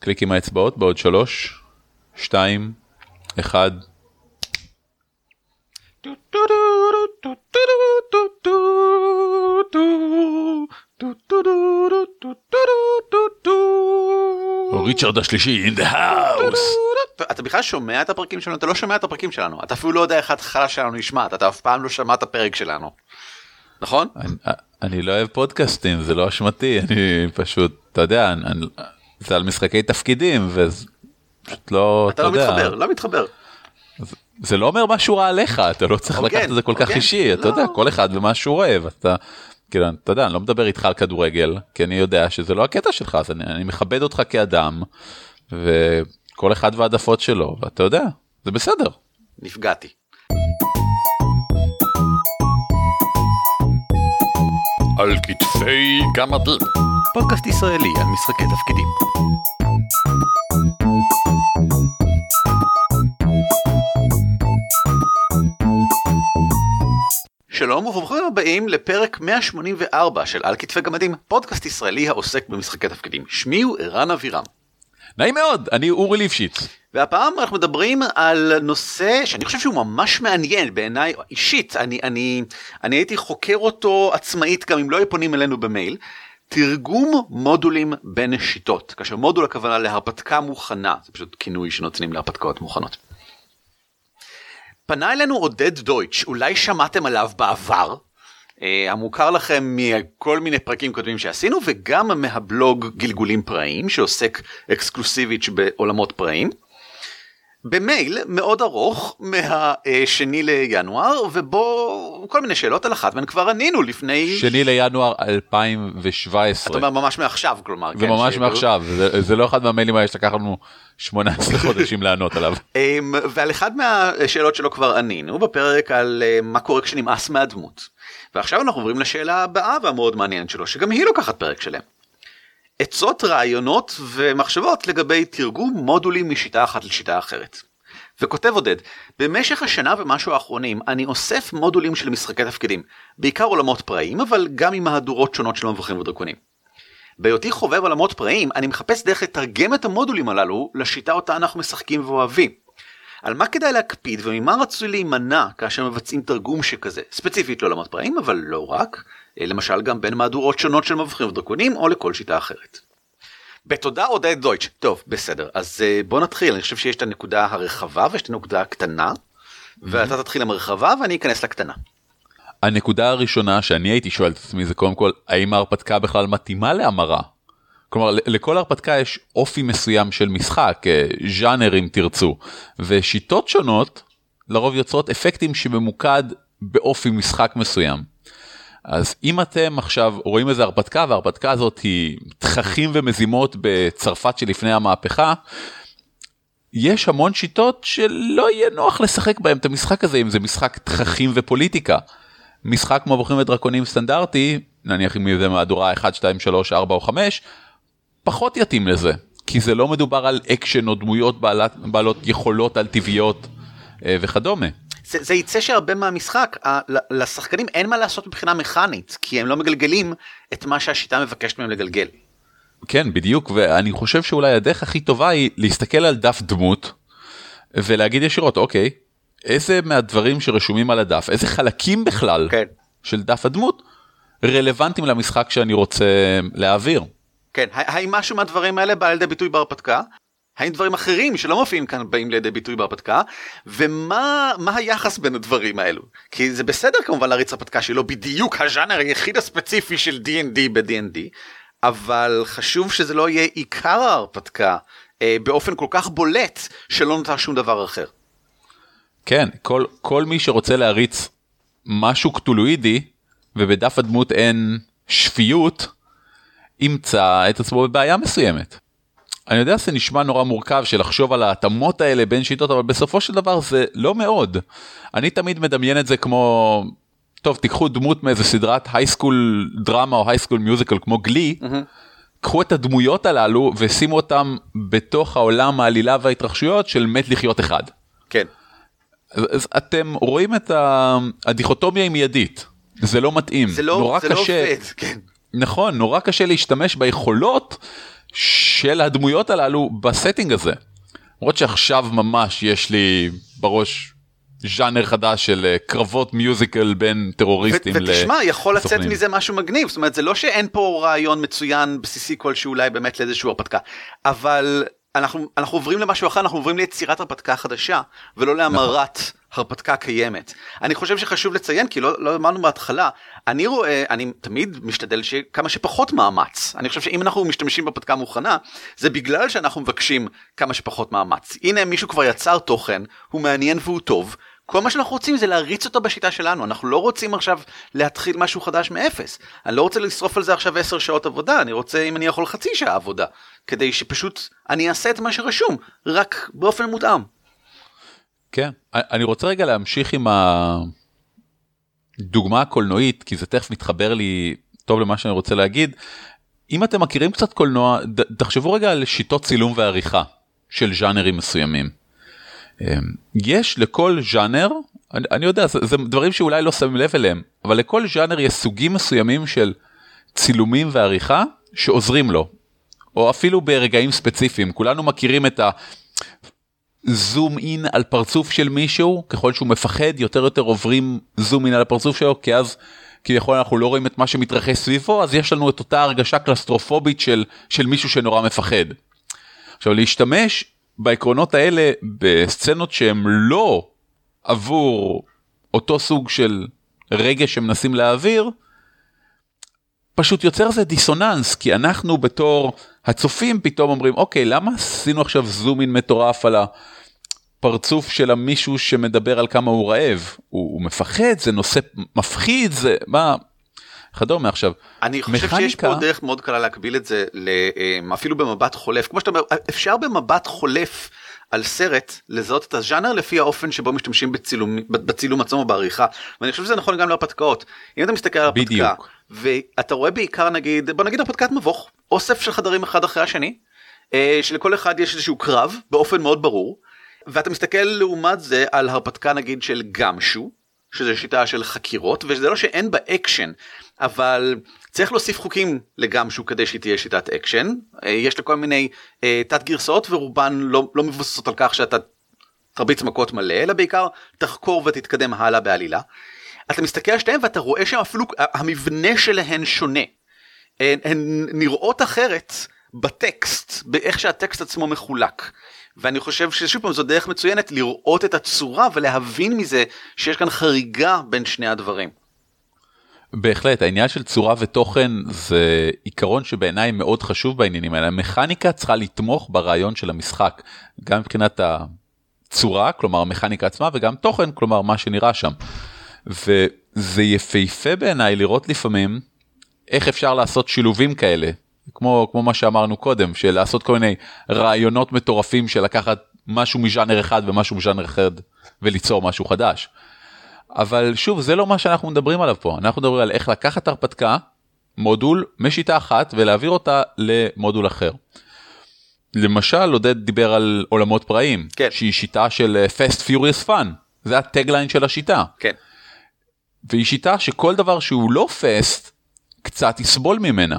קליק עם האצבעות בעוד 3, 2, 1. ריצ'רד השלישי in the house. אתה בכלל שומע את הפרקים שלנו? אתה לא שומע את הפרקים שלנו. אתה אפילו לא יודע איך ההתחלה שלנו נשמעת. אתה אף פעם לא שמע את הפרק שלנו. נכון? אני לא אוהב פודקאסטים, זה לא אשמתי. אני פשוט, אתה יודע, זה על משחקי תפקידים, ופשוט לא, אתה לא מתחבר, לא מתחבר. זה לא אומר משהו רע עליך, אתה לא צריך לקחת את זה כל כך אישי, אתה יודע, כל אחד ומה שהוא אוהב, אתה יודע, אני לא מדבר איתך על כדורגל, כי אני יודע שזה לא הקטע שלך, אז אני מכבד אותך כאדם, וכל אחד והעדפות שלו, ואתה יודע, זה בסדר. נפגעתי. על כתפי גמדים. פודקאסט ישראלי על משחקי תפקידים. שלום וברוכים הבאים לפרק 184 של על כתפי גמדים, פודקאסט ישראלי העוסק במשחקי תפקידים. שמי הוא ערן אבירם. נעים מאוד, אני אורי ליפשיץ. והפעם אנחנו מדברים על נושא שאני חושב שהוא ממש מעניין בעיניי אישית. אני הייתי חוקר אותו עצמאית גם אם לא יפונים אלינו במייל. תרגום מודולים בין שיטות. כאשר מודול הכוונה להרפתקה מוכנה, זה פשוט כינוי שנותנים להרפתקאות מוכנות. פנה אלינו עודד דויטש, אולי שמעתם עליו בעבר, המוכר לכם מכל מיני פרקים קודמים שעשינו, וגם מהבלוג גלגולים פראיים, שעוסק אקסקלוסיבית בעולמות פראיים, במייל מאוד ארוך מהשני לינואר, ובו כל מיני שאלות על אחת, והן כבר ענינו לפני... שני לינואר 2017. אתה אומר ממש מעכשיו, כלומר. זה ממש מעכשיו, זה לא אחד מהמיילים האלה שלקח לנו 18 חודשים לענות עליו. ועל אחד מהשאלות שלו כבר ענינו, בפרק על מה קורה כשנמאס מהדמות. ועכשיו אנחנו עוברים לשאלה הבאה והמאוד מעניינת שלו, שגם היא לוקחת פרק שלהם. עצות, רעיונות ומחשבות לגבי תרגום מודולים משיטה אחת לשיטה אחרת. וכותב עודד, במשך השנה ומשהו האחרונים אני אוסף מודולים של משחקי תפקידים, בעיקר עולמות פראיים, אבל גם עם מהדורות שונות של מבוכים ודרקונים. בהיותי חובב עולמות פראיים, אני מחפש דרך לתרגם את המודולים הללו לשיטה אותה אנחנו משחקים ואוהבים. על מה כדאי להקפיד וממה רצוי להימנע כאשר מבצעים תרגום שכזה, ספציפית לעולמות פראיים, אבל לא רק, למשל גם בין מהדורות שונות של מבוכים ודרקונים או לכל שיטה אחרת. בתודה עודד דויטש. טוב, בסדר, אז בוא נתחיל. אני חושב שיש את הנקודה הרחבה ויש את הנקודה הקטנה, ואתה תתחיל עם הרחבה ואני אכנס לקטנה. הנקודה הראשונה שאני הייתי שואל את עצמי זה קודם כל, האם ההרפתקה בכלל מתאימה להמרה? כלומר, לכל הרפתקה יש אופי מסוים של משחק, ז'אנר אם תרצו, ושיטות שונות לרוב יוצרות אפקטים שממוקד באופי משחק מסוים. אז אם אתם עכשיו רואים איזה הרפתקה, וההרפתקה הזאת היא תככים ומזימות בצרפת שלפני המהפכה, יש המון שיטות שלא יהיה נוח לשחק בהם את המשחק הזה, אם זה משחק תככים ופוליטיקה. משחק כמו מבוכים ודרקונים סטנדרטי, נניח אם זה מהדורה 1, 2, 3, 4 או 5, פחות יתאים לזה, כי זה לא מדובר על אקשן או דמויות בעלות יכולות על טבעיות וכדומה. זה יצא שהרבה מהמשחק, לשחקנים אין מה לעשות מבחינה מכנית, כי הם לא מגלגלים את מה שהשיטה מבקשת מהם לגלגל. כן, בדיוק, ואני חושב שאולי הדרך הכי טובה היא להסתכל על דף דמות, ולהגיד ישירות, אוקיי, איזה מהדברים שרשומים על הדף, איזה חלקים בכלל של דף הדמות, רלוונטיים למשחק שאני רוצה להעביר. כן, האם משהו מהדברים האלה בא לידי ביטוי בהרפתקה? האם דברים אחרים שלא מופיעים כאן באים לידי ביטוי בהרפתקה? ומה היחס בין הדברים האלו? כי זה בסדר כמובן להריץ הרפתקה שהיא לא בדיוק הז'אנר היחיד הספציפי של D&D ב-D&D, אבל חשוב שזה לא יהיה עיקר ההרפתקה באופן כל כך בולט שלא נותר שום דבר אחר. כן, כל מי שרוצה להריץ משהו קטולואידי, ובדף הדמות אין שפיות, ימצא את עצמו בבעיה מסוימת. אני יודע שזה נשמע נורא מורכב של לחשוב על ההתאמות האלה בין שיטות, אבל בסופו של דבר זה לא מאוד. אני תמיד מדמיין את זה כמו, טוב, תיקחו דמות מאיזה סדרת הייסקול דרמה או הייסקול מיוזיקל כמו גלי, קחו את הדמויות הללו ושימו אותם בתוך העולם העלילה וההתרחשויות של מת לחיות אחד. כן. אז אתם רואים את הדיכוטומיה היא מיידית. זה לא מתאים. זה לא עובד, כן. נכון, נורא קשה להשתמש ביכולות של הדמויות הללו בסטינג הזה. למרות שעכשיו ממש יש לי בראש ז'אנר חדש של קרבות מיוזיקל בין טרוריסטים ותשמע, יכול לצאת מזה משהו מגניב, זאת אומרת, זה לא שאין פה רעיון מצוין בסיסי כלשהו אולי באמת לאיזשהו הרפתקה, אבל אנחנו עוברים למשהו אחר, אנחנו עוברים ליצירת הרפתקה חדשה, ולא להמרת הרפתקה קיימת. אני חושב שחשוב לציין, כי לא אמרנו בהתחלה, אני תמיד משתדל כמה שפחות מאמץ. אני חושב שאם אנחנו משתמשים בהרפתקה מוכנה, זה בגלל שאנחנו מבקשים כמה שפחות מאמץ. הנה מישהו כבר יצר תוכן, הוא מעניין והוא טוב, כל מה שאנחנו רוצים זה להריץ אותו בשיטה שלנו, אנחנו לא רוצים עכשיו להתחיל משהו חדש מאפס, אני לא רוצה לשרוף על זה עכשיו 10 שעות עבודה, אני רוצה אם אני יכול חצי שעה עבודה, כדי שפשוט אני אעשה את מה שרשום, רק באופן מותאם. כן, אני רוצה רגע להמשיך עם הדוגמה הקולנועית, כי זה תכף מתחבר לי טוב למה שאני רוצה להגיד. אם אתם מכירים קצת קולנוע, תחשבו רגע על שיטות צילום ועריכה של ז'אנרים מסוימים. יש לכל ז'אנר, אני יודע, זה דברים שאולי לא שמים לב אליהם, אבל לכל ז'אנר יש סוגים מסוימים של צילומים ועריכה שעוזרים לו, או אפילו ברגעים ספציפיים. כולנו מכירים את הזום אין על פרצוף של מישהו, ככל שהוא מפחד, יותר עוברים זום אין על הפרצוף שלו, כי אז כביכול אנחנו לא רואים את מה שמתרחש סביבו, אז יש לנו את אותה הרגשה קלסטרופובית של מישהו שנורא מפחד. עכשיו, להשתמש בעקרונות האלה בסצנות שהן לא עבור אותו סוג של רגש שמנסים להעביר, פשוט יוצר זה דיסוננס, כי אנחנו בתור הצופים פתאום אומרים, אוקיי, למה עשינו עכשיו זומין מטורף על הפרצוף של המישהו שמדבר על כמה הוא רעב? הוא מפחד, זה נושא מפחיד, זה מה? חדור מעכשיו. אני חושב שיש פה דרך מאוד קלה להקביל את זה, אפילו במבט חולף. כמו שאתה אומר, אפשר במבט חולף על סרט לזהות את הז'אנר לפי האופן שבו משתמשים בצילום עצמו או בעריכה. ואני חושב שזה נכון גם להרפתקאות. אם אתה מסתכל על הרפתקה, ואתה רואה בעיקר נגיד, בוא נגיד הרפתקת מבוך, אוסף של חדרים אחד אחרי השני, שלכל אחד יש איזשהו קרב באופן מאוד ברור, ואתה מסתכל לעומת זה על הרפתקה נגיד של גמשו, שזו שיטה של חקירות, וזה לא שאין בה אקשן, אבל צריך להוסיף חוקים לגמשו כדי שהיא תהיה שיטת אקשן. יש לה כל מיני תת גרסאות, ורובן לא מבוססות על כך שאתה תרביץ מכות מלא, אלא בעיקר תחקור ותתקדם הלאה בעלילה. אתה מסתכל על שתיהם ואתה רואה שאפילו המבנה שלהן שונה. הן נראות אחרת בטקסט, באיך שהטקסט עצמו מחולק. ואני חושב ששוב פעם זו דרך מצוינת לראות את הצורה ולהבין מזה שיש כאן חריגה בין שני הדברים. בהחלט, העניין של צורה ותוכן זה עיקרון שבעיניי מאוד חשוב בעניינים האלה. המכניקה צריכה לתמוך ברעיון של המשחק, גם מבחינת הצורה, כלומר המכניקה עצמה, וגם תוכן, כלומר מה שנראה שם. וזה יפהפה בעיניי לראות לפעמים איך אפשר לעשות שילובים כאלה, כמו מה שאמרנו קודם, של לעשות כל מיני רעיונות מטורפים של לקחת משהו מז'אנר אחד ומשהו מז'אנר אחד וליצור משהו חדש. אבל שוב, זה לא מה שאנחנו מדברים עליו פה. אנחנו מדברים על איך לקחת הרפתקה, מודול משיטה אחת, ולהעביר אותה למודול אחר. למשל, עודד דיבר על עולמות פראיים, כן. שהיא שיטה של Fast Furious Fun. זה הטגליין של השיטה. כן. והיא שיטה שכל דבר שהוא לא פסט, קצת יסבול ממנה.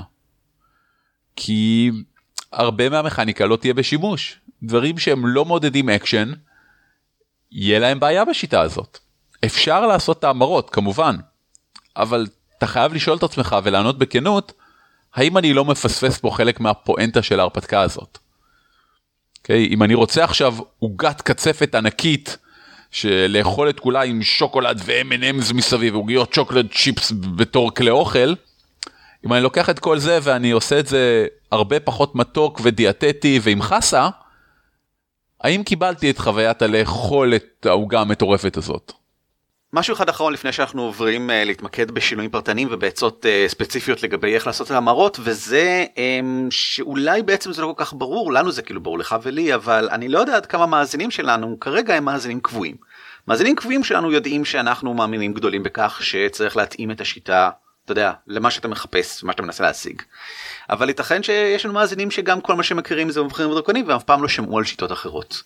כי הרבה מהמכניקה לא תהיה בשימוש. דברים שהם לא מודדים אקשן, יהיה להם בעיה בשיטה הזאת. אפשר לעשות תאמרות, כמובן, אבל אתה חייב לשאול את עצמך ולענות בכנות, האם אני לא מפספס פה חלק מהפואנטה של ההרפתקה הזאת? Okay, אם אני רוצה עכשיו עוגת קצפת ענקית, שלאכול את כולה עם שוקולד ו-M&M's מסביב, עוגיות שוקולד צ'יפס בתור כלי אוכל, אם אני לוקח את כל זה ואני עושה את זה הרבה פחות מתוק ודיאטטי ועם חסה, האם קיבלתי את חוויית הלאכול את העוגה המטורפת הזאת? משהו אחד אחרון לפני שאנחנו עוברים להתמקד בשינויים פרטניים ובעצות ספציפיות לגבי איך לעשות את המאמרות, וזה שאולי בעצם זה לא כל כך ברור, לנו זה כאילו ברור לך ולי, אבל אני לא יודע עד כמה מאזינים שלנו כרגע הם מאזינים קבועים. מאזינים קבועים שלנו יודעים שאנחנו מאמינים גדולים בכך שצריך להתאים את השיטה, אתה יודע, למה שאתה מחפש, מה שאתה מנסה להשיג. אבל ייתכן שיש לנו מאזינים שגם כל מה שמכירים זה מבחינים ודרקונים, ואף פעם לא שמעו על שיטות אחרות.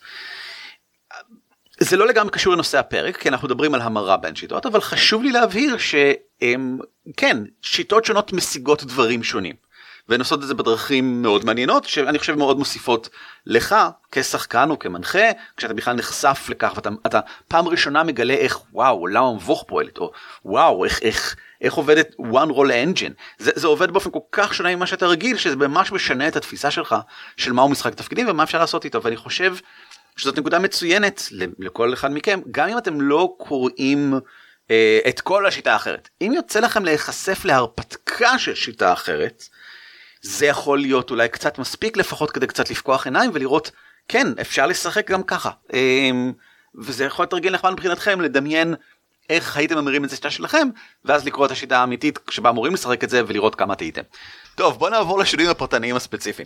זה לא לגמרי קשור לנושא הפרק, כי אנחנו מדברים על המרה בין שיטות, אבל חשוב לי להבהיר שכן, שיטות שונות משיגות דברים שונים. והן עושות את זה בדרכים מאוד מעניינות, שאני חושב מאוד מוסיפות לך, כשחקן או כמנחה, כשאתה בכלל נחשף לכך, ואתה פעם ראשונה מגלה איך, וואו, עולם המבוך פועלת, או וואו, איך עובדת one roll engine. זה עובד באופן כל כך שונה ממה שאתה רגיל, שזה ממש משנה את התפיסה שלך, של מהו משחק תפקידים, ומה אפשר לעשות איתו, ואני חושב שזאת נקודה מצוינת לכל אחד מכם, גם אם אתם לא קוראים את כל השיטה האחרת. אם יוצא לכם להיחשף להרפתקה של שיטה אחרת, זה יכול להיות אולי קצת מספיק לפחות כדי קצת לפקוח עיניים ולראות, כן, אפשר לשחק גם ככה. וזה יכול להיות תרגיל נחמד מבחינתכם לדמיין איך הייתם אמרים את זה שיטה שלכם, ואז לקרוא את השיטה האמיתית שבה אמורים לשחק את זה ולראות כמה תהייתם. טוב, בוא נעבור לשינויים הפרטניים הספציפיים.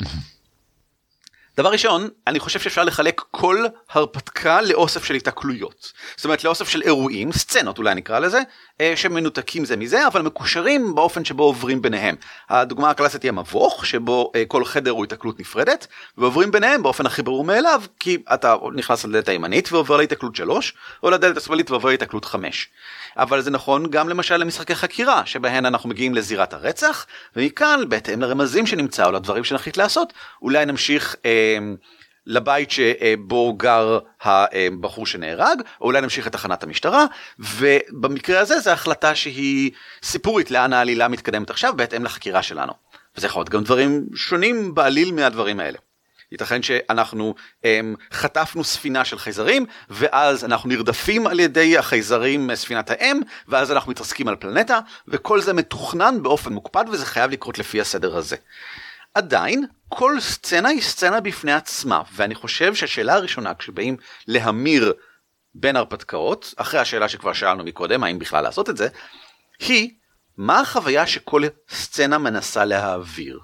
דבר ראשון, אני חושב שאפשר לחלק כל הרפתקה לאוסף של התקלויות. זאת אומרת, לאוסף של אירועים, סצנות אולי נקרא לזה, שמנותקים זה מזה, אבל מקושרים באופן שבו עוברים ביניהם. הדוגמה הקלאסית היא המבוך, שבו כל חדר הוא התקלות נפרדת, ועוברים ביניהם באופן הכי ברור מאליו, כי אתה נכנס לדלת הימנית ועובר להתקלות 3, או לדלת השמאלית ועובר להתקלות 5. אבל זה נכון גם למשל למשחקי חקירה, שבהן אנחנו מגיעים לזירת הרצח, ומכאן, בהתאם לרמזים שנמצא, או לדברים שנחליט לעשות, אולי נמשיך לבית שבו גר הבחור שנהרג, או אולי נמשיך את תחנת המשטרה, ובמקרה הזה זו החלטה שהיא סיפורית לאן העלילה מתקדמת עכשיו, בהתאם לחקירה שלנו. וזה יכול להיות גם דברים שונים בעליל מהדברים האלה. ייתכן שאנחנו חטפנו ספינה של חייזרים, ואז אנחנו נרדפים על ידי החייזרים ספינת האם, ואז אנחנו מתרסקים על פלנטה, וכל זה מתוכנן באופן מוקפד, וזה חייב לקרות לפי הסדר הזה. עדיין, כל סצנה היא סצנה בפני עצמה, ואני חושב שהשאלה הראשונה, כשבאים להמיר בין הרפתקאות, אחרי השאלה שכבר שאלנו מקודם, האם בכלל לעשות את זה, היא, מה החוויה שכל סצנה מנסה להעביר?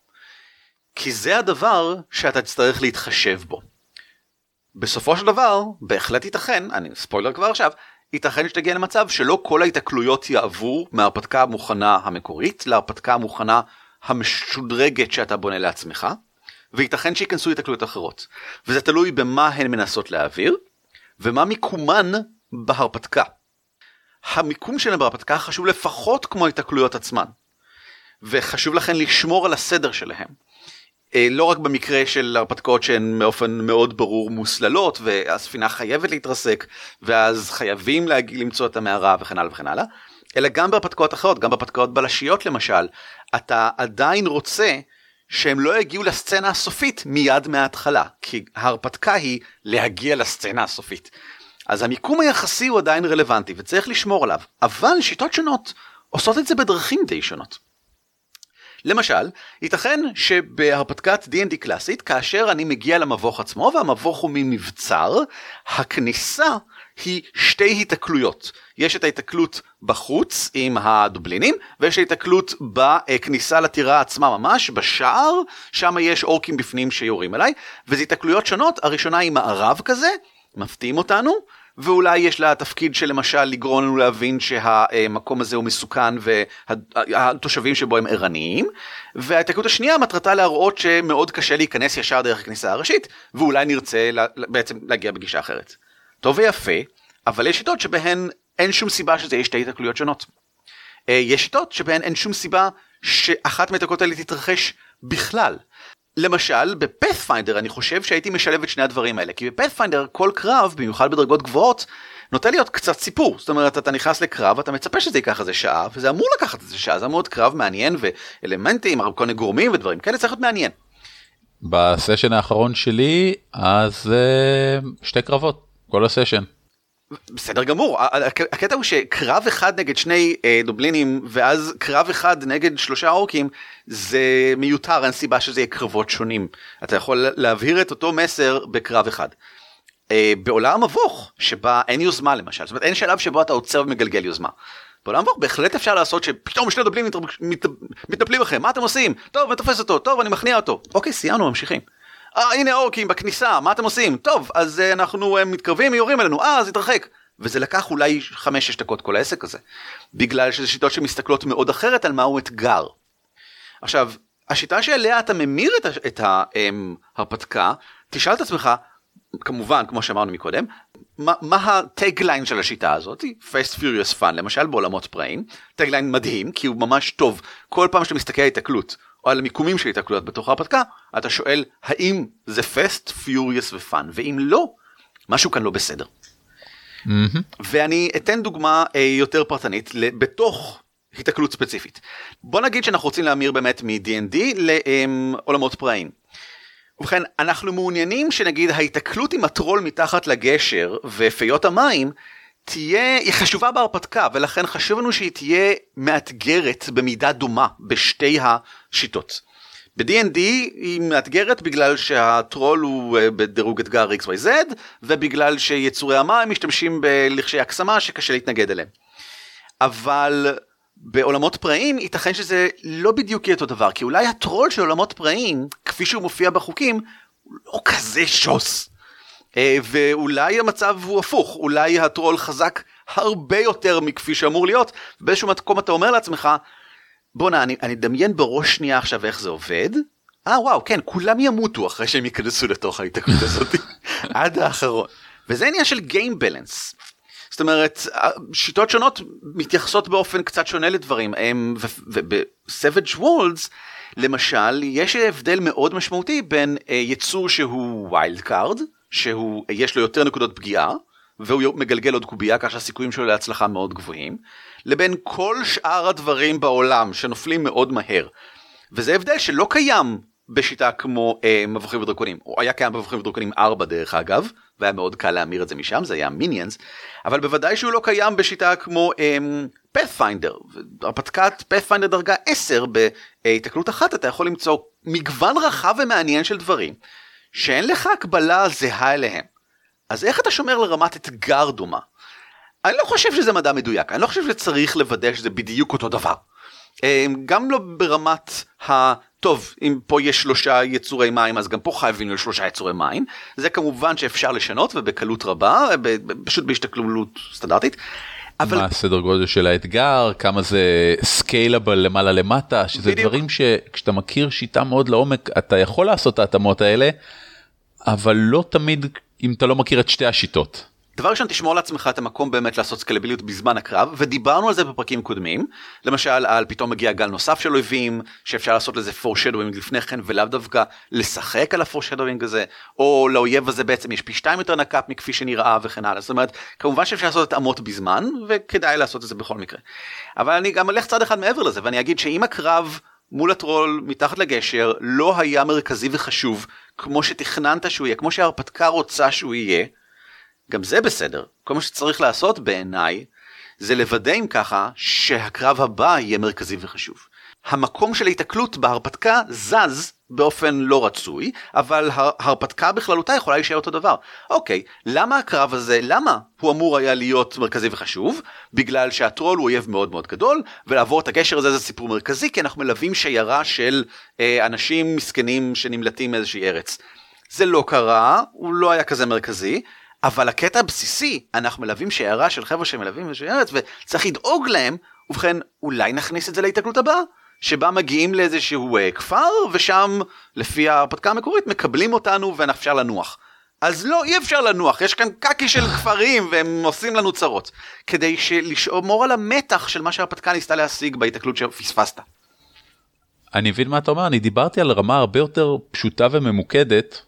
כי זה הדבר שאתה תצטרך להתחשב בו. בסופו של דבר, בהחלט ייתכן, אני ספוילר כבר עכשיו, ייתכן שתגיע למצב שלא כל ההתקלויות יעברו מההרפתקה המוכנה המקורית, להרפתקה המוכנה המשודרגת שאתה בונה לעצמך, וייתכן שיכנסו התקלויות אחרות. וזה תלוי במה הן מנסות להעביר, ומה מיקומן בהרפתקה. המיקום שלהם בהרפתקה חשוב לפחות כמו ההתקלויות עצמן. וחשוב לכן לשמור על הסדר שלהם. לא רק במקרה של הרפתקאות שהן באופן מאוד ברור מוסללות, והספינה חייבת להתרסק, ואז חייבים למצוא את המערה וכן הלאה וכן הלאה, אלא גם בהרפתקאות אחרות, גם בהרפתקאות בלשיות למשל, אתה עדיין רוצה שהם לא יגיעו לסצנה הסופית מיד מההתחלה, כי ההרפתקה היא להגיע לסצנה הסופית. אז המיקום היחסי הוא עדיין רלוונטי, וצריך לשמור עליו, אבל שיטות שונות עושות את זה בדרכים די שונות. למשל, ייתכן שבהרפתקת D&D קלאסית, כאשר אני מגיע למבוך עצמו, והמבוך הוא ממבצר, הכניסה היא שתי התקלויות. יש את ההתקלות בחוץ עם הדובלינים, ויש ההתקלות בכניסה לטירה עצמה ממש, בשער, שם יש אורקים בפנים שיורים אליי, וזה התקלויות שונות, הראשונה היא מערב כזה, מפתיעים אותנו, ואולי יש לה תפקיד של למשל לגרום לנו להבין שהמקום הזה הוא מסוכן והתושבים שבו הם ערניים, וההתקלות השנייה מטרתה להראות שמאוד קשה להיכנס ישר דרך הכניסה הראשית, ואולי נרצה בעצם להגיע בגישה אחרת. טוב ויפה, אבל יש שיטות שבהן אין שום סיבה שזה יהיה שתי התקלויות שונות. יש שיטות שבהן אין שום סיבה שאחת מהתקלות האלה תתרחש בכלל. למשל, בפאת'פיינדר אני חושב שהייתי משלב את שני הדברים האלה, כי בפאת'פיינדר כל קרב, במיוחד בדרגות גבוהות, נוטה להיות קצת סיפור. זאת אומרת, אתה נכנס לקרב, אתה מצפה שזה ייקח איזה שעה, וזה אמור לקחת איזה שעה, זה מאוד קרב מעניין, ואלמנטים, כל מיני גורמים ודברים כאלה, צריך להיות מעניין. בסשן האחרון שלי, אז שתי קרבות, כל הסשן. בסדר גמור, הקטע הוא שקרב אחד נגד שני דובלינים, ואז קרב אחד נגד 3 אורקים, זה מיותר, אין סיבה שזה יהיה קרבות שונים. אתה יכול להבהיר את אותו מסר בקרב אחד. בעולם המבוך, שבה אין יוזמה למשל, זאת אומרת אין שלב שבו אתה עוצר ומגלגל יוזמה. בעולם המבוך בהחלט אפשר לעשות שפתאום 2 דובלינים מתנפלים לכם, מה אתם עושים? טוב, מתופס אותו, טוב, אני מכניע אותו. אוקיי, סיימנו, ממשיכים. הנה אורקים בכניסה, מה אתם עושים? טוב, אז אנחנו מתקרבים, יורים אלינו, אז התרחק. וזה לקח אולי 5-6 דקות כל העסק הזה. בגלל שזה שיטות שמסתכלות מאוד אחרת על מהו אתגר. עכשיו, השיטה שאליה אתה ממיר את ההרפתקה, תשאל את עצמך, כמובן, כמו שאמרנו מקודם, מה הטגליין של השיטה הזאת? Fast Furious Fun, למשל בעולמות פראיים. טגליין מדהים, כי הוא ממש טוב. כל פעם שאתה מסתכל על התקלות, או על המיקומים של התקלויות בתוך ההרפתקה, אתה שואל האם זה fast, furious ו-fun, ואם לא, משהו כאן לא בסדר. ואני אתן דוגמה יותר פרטנית בתוך התקלות ספציפית. בוא נגיד שאנחנו רוצים להמיר באמת מ-D&D לעולמות פראיים. ובכן, אנחנו מעוניינים שנגיד ההתקלות עם הטרול מתחת לגשר ופיות המים, היא חשובה בהרפתקה, ולכן חשוב לנו שהיא תהיה מאתגרת במידה דומה בשתי השיטות. ב-D&D היא מאתגרת בגלל שהטרול הוא בדירוג אתגר XYZ, ובגלל שיצורי המים משתמשים בלחשי הקסמה שקשה להתנגד אליהם. אבל בעולמות פראיים ייתכן שזה לא בדיוק יהיה אותו דבר, כי אולי הטרול של עולמות פראיים, כפי שהוא מופיע בחוקים, הוא לא כזה שוס. ואולי המצב הוא הפוך, אולי הטרול חזק הרבה יותר מכפי שאמור להיות, באיזשהו מקום אתה אומר לעצמך, בוא'נה, אני דמיין בראש שנייה עכשיו איך זה עובד, וואו, כן, כולם ימותו אחרי שהם ייכנסו לתוך ההתקלות הזאת, עד האחרון. וזה עניין של game balance. זאת אומרת, שיטות שונות מתייחסות באופן קצת שונה לדברים, וב-Savage Worlds, למשל, יש הבדל מאוד משמעותי בין יצור שהוא wild card, שיש לו יותר נקודות פגיעה, והוא מגלגל עוד קובייה, כך שהסיכויים שלו להצלחה מאוד גבוהים, לבין כל שאר הדברים בעולם שנופלים מאוד מהר. וזה הבדל שלא קיים בשיטה כמו מבוכים ודרקונים. הוא היה קיים במבוכים ודרקונים 4 דרך אגב, והיה מאוד קל להמיר את זה משם, זה היה מיניאנס, אבל בוודאי שהוא לא קיים בשיטה כמו Pathfinder. הרפתקת Pathfinder דרגה 10, בהתקלות אחת אתה יכול למצוא מגוון רחב ומעניין של דברים, שאין לך הקבלה זהה אליהם. אז איך אתה שומר לרמת אתגר דומה? אני לא חושב שזה מדע מדויק, אני לא חושב שצריך לוודא שזה בדיוק אותו דבר. גם לא ברמת טוב, אם פה יש 3 יצורי מים, אז גם פה חייבים להיות 3 יצורי מים. זה כמובן שאפשר לשנות, ובקלות רבה, פשוט בהשתכללות סטנדרטית. מה הסדר גודל של האתגר, כמה זה סקיילבל למעלה למטה, שזה דברים שכשאתה מכיר שיטה מאוד לעומק, אתה יכול לעשות את ההתאמות האלה, אבל לא תמיד אם אתה לא מכיר את שתי השיטות. דבר ראשון, תשמור לעצמך את המקום באמת לעשות סקלביליות בזמן הקרב, ודיברנו על זה בפרקים קודמים, למשל על פתאום מגיע גל נוסף של אויבים, שאפשר לעשות לזה foreshadowing לפני כן, ולאו דווקא לשחק על ה-foreshadowing הזה, או לאויב הזה בעצם יש פי 2 יותר נקאפ מכפי שנראה וכן הלאה. זאת אומרת, כמובן שאפשר לעשות התאמות בזמן, וכדאי לעשות את זה בכל מקרה. אבל אני גם אלך צעד אחד מעבר לזה, ואני אגיד שאם הקרב מול הטרול מתחת לגשר לא היה מרכזי וחשוב, כמו שתכננת שהוא יהיה, כמו שההרפתקה רוצה שהוא יהיה, גם זה בסדר. כל מה שצריך לעשות בעיניי, זה לוודא עם ככה שהקרב הבא יהיה מרכזי וחשוב. המקום של ההתקלות בהרפתקה זז באופן לא רצוי, אבל ההרפתקה בכללותה יכולה להישאר אותו דבר. אוקיי, למה הקרב הזה, למה הוא אמור היה להיות מרכזי וחשוב? בגלל שהטרול הוא אויב מאוד מאוד גדול, ולעבור את הגשר הזה זה סיפור מרכזי, כי אנחנו מלווים שיירה של אנשים מסכנים שנמלטים מאיזושהי ארץ. זה לא קרה, הוא לא היה כזה מרכזי, אבל הקטע הבסיסי, אנחנו מלווים שיירה של חבר'ה שמלווים איזושהי ארץ, וצריך לדאוג להם, ובכן אולי נכניס את זה להתקלות הבאה, שבה מגיעים לאיזשהו כפר, ושם לפי ההרפתקה המקורית מקבלים אותנו ואפשר לנוח. אז לא, אי אפשר לנוח, יש כאן קקי של כפרים והם עושים לנו צרות, כדי לשמור על המתח של מה שההרפתקה ניסתה להשיג בהתקלות שפספסת. אני מבין מה אתה אומר, אני דיברתי על רמה הרבה יותר פשוטה וממוקדת,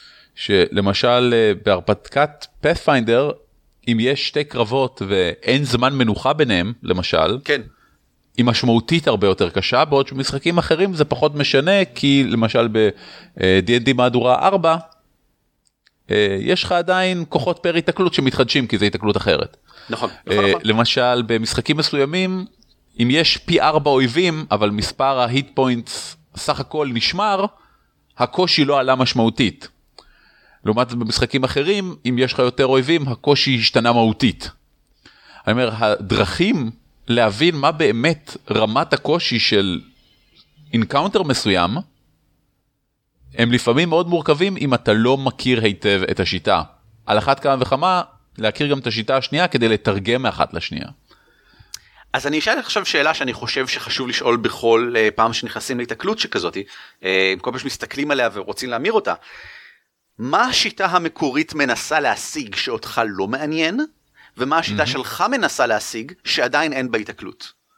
שלמשל בהרפתקת Pathfinder, אם יש 2 קרבות ואין זמן מנוחה ביניהם, למשל, כן. היא משמעותית הרבה יותר קשה, בעוד שמשחקים אחרים זה פחות משנה, כי למשל ב-D&D מהדורה 4, יש לך עדיין כוחות פר התקלות שמתחדשים, כי זה התקלות אחרת. נכון. למשל, במשחקים מסוימים, אם יש פי 4 אויבים, אבל מספר ההיט פוינטס סך הכל נשמר, הקושי לא עלה משמעותית. לעומת זאת במשחקים אחרים, אם יש לך יותר אויבים, הקושי השתנה מהותית. אני אומר, הדרכים להבין מה באמת רמת הקושי של אינקאונטר מסוים, הם לפעמים מאוד מורכבים אם אתה לא מכיר היטב את השיטה. על אחת כמה וכמה, להכיר גם את השיטה השנייה כדי לתרגם מאחת לשנייה. אז אני אשאל עכשיו שאלה שאני חושב שחשוב לשאול בכל פעם שנכנסים להתקלות שכזאת, כל פעם שמסתכלים עליה ורוצים להמיר אותה. מה השיטה המקורית מנסה להשיג שאותך לא מעניין, ומה השיטה שלך מנסה להשיג שעדיין אין בהתקלות?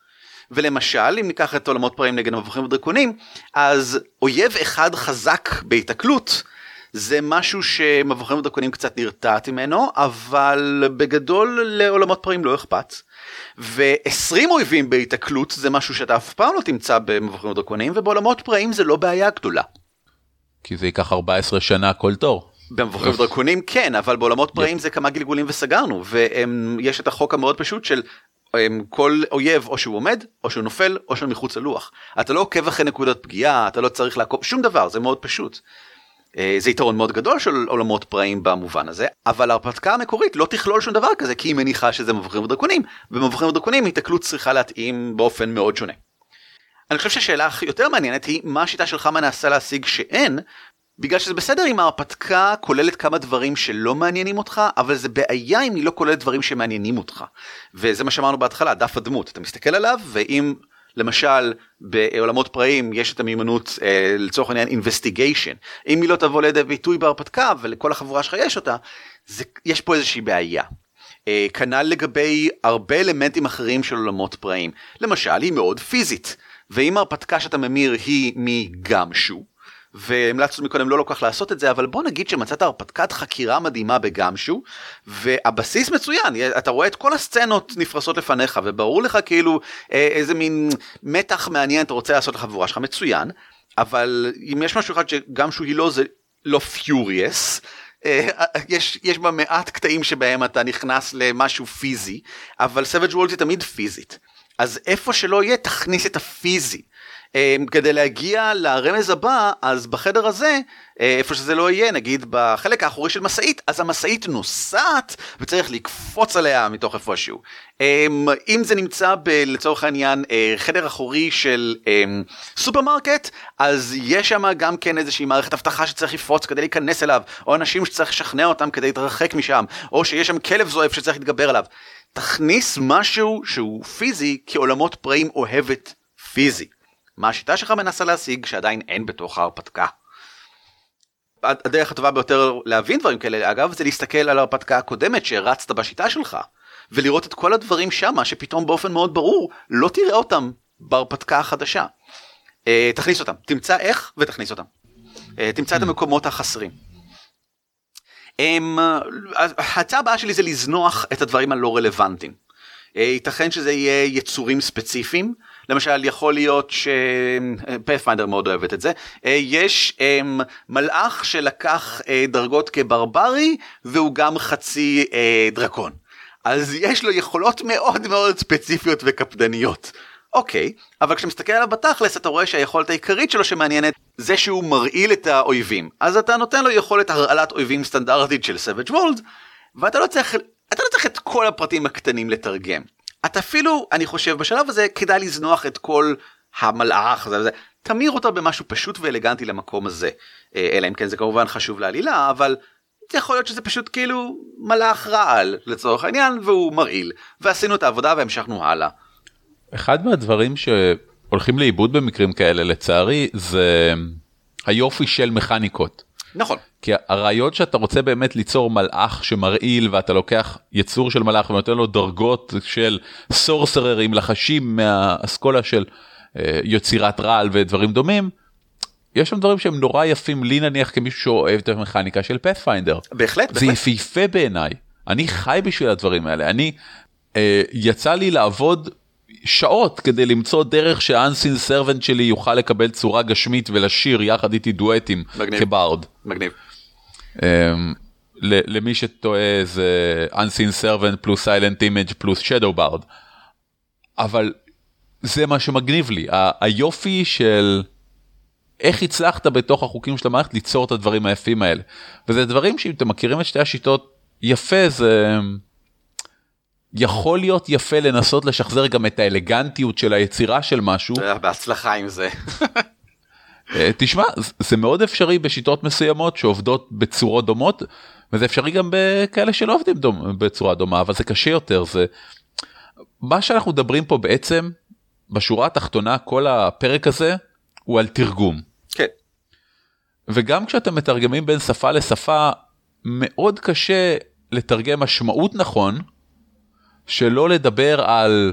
ולמשל, אם ניקח את עולמות פראים נגד המבוכים ודרקונים, אז אויב אחד חזק בהתקלות, זה משהו שמבוכים ודרקונים קצת נרתעת ממנו, אבל בגדול לעולמות פראים לא אכפת. ו20 אויבים בהתקלות זה משהו שאתה אף פעם לא תמצא במבוכים ודרקונים, ובעולמות פראים זה לא בעיה גדולה. כי זה ייקח 14 שנה כל תור. במבוכים ודרקונים כן, אבל בעולמות פראים זה כמה גלגולים וסגרנו, ויש את החוק המאוד פשוט של כל אויב או שהוא עומד, או שהוא נופל, או שהוא מחוץ ללוח. אתה לא עוקב אחרי נקודת פגיעה, אתה לא צריך לעקוב, שום דבר, זה מאוד פשוט. זה יתרון מאוד גדול של עולמות פראים במובן הזה, אבל ההרפתקה המקורית לא תכלול שום דבר כזה, כי היא מניחה שזה מבוכים ודרקונים, ובמבוכים ודרקונים התקלות צריכה להתאים באופן מאוד שונה. אני חושב שהשאלה הכי יותר מעניינת היא, מה השיטה שלך מנסה להשיג שאין, בגלל שזה בסדר אם ההרפתקה כוללת כמה דברים שלא מעניינים אותך, אבל זה בעיה אם היא לא כוללת דברים שמעניינים אותך. וזה מה שאמרנו בהתחלה, דף הדמות, אתה מסתכל עליו, ואם למשל בעולמות פראים יש את המיומנות לצורך העניין investigation, אם היא לא תבוא לידי ביטוי בהרפתקה ולכל החבורה שלך יש אותה, יש פה איזושהי בעיה. כנ"ל לגבי הרבה אלמנטים אחרים של עולמות פראים, למשל היא מאוד פיזית, ואם ההרפתקה שאתה ממיר היא מגמשו, והמלצנו מקודם לא לוקח לעשות את זה, אבל בוא נגיד שמצאת הרפתקת חקירה מדהימה בגמשו, והבסיס מצוין, אתה רואה את כל הסצנות נפרסות לפניך, וברור לך כאילו איזה מין מתח מעניין אתה רוצה לעשות לחבורה שלך, מצוין, אבל אם יש משהו אחד שגמשו היא לא, זה לא פיוריוס, יש בה מעט קטעים שבהם אתה נכנס למשהו פיזי, אבל Savage Worlds היא תמיד פיזית, אז איפה שלא יהיה תכניס את הפיזי, כדי להגיע לרמז הבא, אז בחדר הזה, איפה שזה לא יהיה, נגיד בחלק האחורי של מסעית, אז המסעית נוסעת וצריך לקפוץ עליה מתוך איפשהו. אם זה נמצא לצורך העניין חדר אחורי של סופרמרקט, אז יש שם גם כן איזושהי מערכת הבטחה שצריך לפרוץ כדי להיכנס אליו, או אנשים שצריך לשכנע אותם כדי להתרחק משם, או שיש שם כלב זועף שצריך להתגבר עליו. תכניס משהו שהוא פיזי, כי עולמות פראים אוהבת פיזי. מה השיטה שלך מנסה להשיג שעדיין אין בתוך ההרפתקה? הדרך הטובה ביותר להבין דברים כאלה, אגב, זה להסתכל על ההרפתקה הקודמת שהרצת בשיטה שלך, ולראות את כל הדברים שמה שפתאום באופן מאוד ברור לא תראה אותם בהרפתקה החדשה. תכניס אותם, תמצא איך ותכניס אותם. תמצא את המקומות החסרים. ההצעה הבאה שלי זה לזנוח את הדברים הלא רלוונטיים. ייתכן שזה יהיה יצורים ספציפיים, למשל יכול להיות פאת'פיינדר מאוד אוהבת את זה, יש מלאך שלקח דרגות כברברי והוא גם חצי דרקון, אז יש לו יכולות מאוד מאוד ספציפיות וקפדניות. אוקיי, אבל כשמסתכל עליו בתכלס אתה רואה שהיכולת העיקרית שלו שמעניינת זה שהוא מרעיל את האויבים, אז אתה נותן לו יכולת הרעלת אויבים סטנדרטית של Savage Worlds, ואתה לא צריך את כל הפרטים הקטנים לתרגם. אתה אפילו, אני חושב, בשלב הזה כדאי לזנוח את כל המלאך הזה, תמיר אותו במשהו פשוט ואלגנטי למקום הזה, אלא אם כן זה כמובן חשוב לעלילה, אבל יכול להיות שזה פשוט כאילו מלאך רעל לצורך העניין, והוא מרעיל, ועשינו את העבודה והמשכנו הלאה. אחד מהדברים שהולכים לאיבוד במקרים כאלה לצערי, זה היופי של מכניקות. נכון. כי הרעיון שאתה רוצה באמת ליצור מלאך שמרעיל, ואתה לוקח יצור של מלאך ונותן לו דרגות של סורסררים, לחשים מהאסכולה של יצירת רעל ודברים דומים, יש שם דברים שהם נורא יפים, לי נניח כמישהו שאוהב את המכניקה של פאת'פיינדר. בהחלט, זה יפהפה בעיניי. אני חי בשביל הדברים האלה. יצא לי לעבוד שעות כדי למצוא דרך שהאנסין סרבנט שלי יוכל לקבל צורה גשמית ולשיר יחד איתי דואטים כברד. מגניב. למי שטועה זה אנסין סרבנט פלוס סיילנט אימג' פלוס שדו ברד. אבל זה מה שמגניב לי. היופי של איך הצלחת בתוך החוקים של המערכת ליצור את הדברים היפים האלה. וזה דברים שאם אתם מכירים את שתי השיטות יפה, זה יכול להיות יפה לנסות לשחזר גם את האלגנטיות של היצירה של משהו. בהצלחה עם זה. תשמע, זה מאוד אפשרי בשיטות מסוימות שעובדות בצורות דומות, וזה אפשרי גם בכאלה שלא עובדים בצורה דומה, אבל זה קשה יותר. מה שאנחנו מדברים פה בעצם, בשורה התחתונה, כל הפרק הזה, הוא על תרגום. כן. וגם כשאתם מתרגמים בין שפה לשפה, מאוד קשה לתרגם משמעות נכון, שלא לדבר על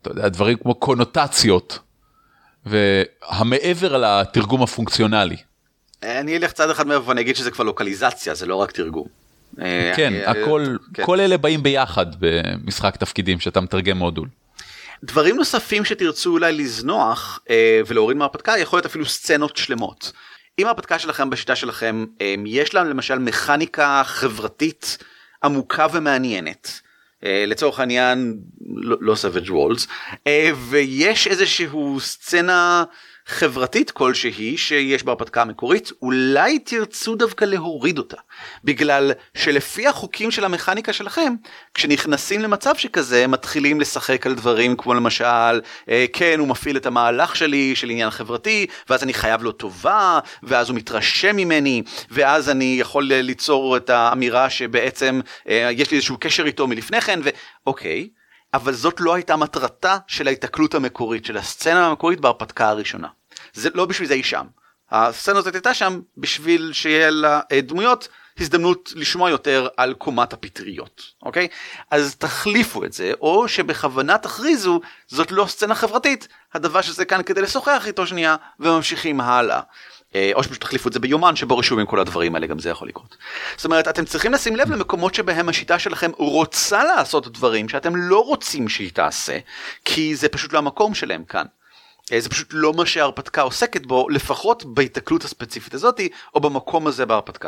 אתה יודע, דברים כמו קונוטציות, והמעבר על התרגום הפונקציונלי. אני אלך צד אחד ואני אגיד שזה כבר לוקליזציה, זה לא רק תרגום. כן, כל אלה באים ביחד במשחק תפקידים שאתה מתרגם מודול. דברים נוספים שתרצו אולי לזנוח ולהוריד מההרפתקה, יכול להיות אפילו סצנות שלמות. אם ההרפתקה שלכם בשיטה שלכם, יש לה למשל מכניקה חברתית עמוקה ומעניינת, לצורך העניין לא Savage Worlds, ויש איזשהו סצנה חברתית כלשהי שיש בהרפתקה המקורית, אולי תרצו דווקא להוריד אותה, בגלל שלפי החוקים של המכניקה שלכם, כשנכנסים למצב שכזה, מתחילים לשחק על דברים כמו למשל, כן, הוא מפעיל את המהלך שלי, של עניין חברתי, ואז אני חייב לו טובה, ואז הוא מתרשם ממני, ואז אני יכול ליצור את האמירה שבעצם יש לי איזשהו קשר איתו מלפני כן, ואוקיי, אבל זאת לא הייתה מטרתה של ההתקלות המקורית, של הסצנה המקורית בהרפתקה הראשונה. זה לא בשביל זה היא שם. הסצנה הזאת הייתה שם בשביל שיהיה לדמויות הזדמנות לשמוע יותר על קומת הפטריות. אוקיי? אז תחליפו את זה, או שבכוונה תכריזו, זאת לא סצנה חברתית, הדבר שזה כאן כדי לשוחח איתו שנייה, וממשיכים הלאה. או שפשוט תחליפו את זה ביומן שבו רשומים כל הדברים האלה, גם זה יכול לקרות. זאת אומרת, אתם צריכים לשים לב למקומות שבהם השיטה שלכם רוצה לעשות דברים שאתם לא רוצים שהיא תעשה, כי זה פשוט לא המקום שלהם כאן. זה פשוט לא מה שההרפתקה עוסקת בו, לפחות בהתקלות הספציפית הזאת, או במקום הזה בהרפתקה.